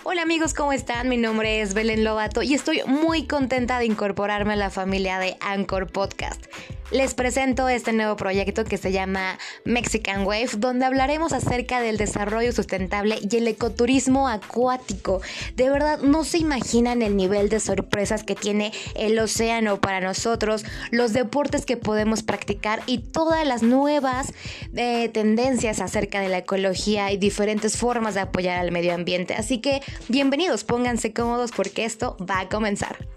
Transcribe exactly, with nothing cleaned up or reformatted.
Hola amigos, ¿cómo están? Mi nombre es Belén Lobato y estoy muy contenta de incorporarme a la familia de Anchor Podcast. Les presento este nuevo proyecto que se llama Mexican Wave, donde hablaremos acerca del desarrollo sustentable y el ecoturismo acuático. De verdad, no se imaginan el nivel de sorpresas que tiene el océano para nosotros, los deportes que podemos practicar y todas las nuevas eh, tendencias acerca de la ecología y diferentes formas de apoyar al medio ambiente. Así que, bienvenidos, pónganse cómodos porque esto va a comenzar.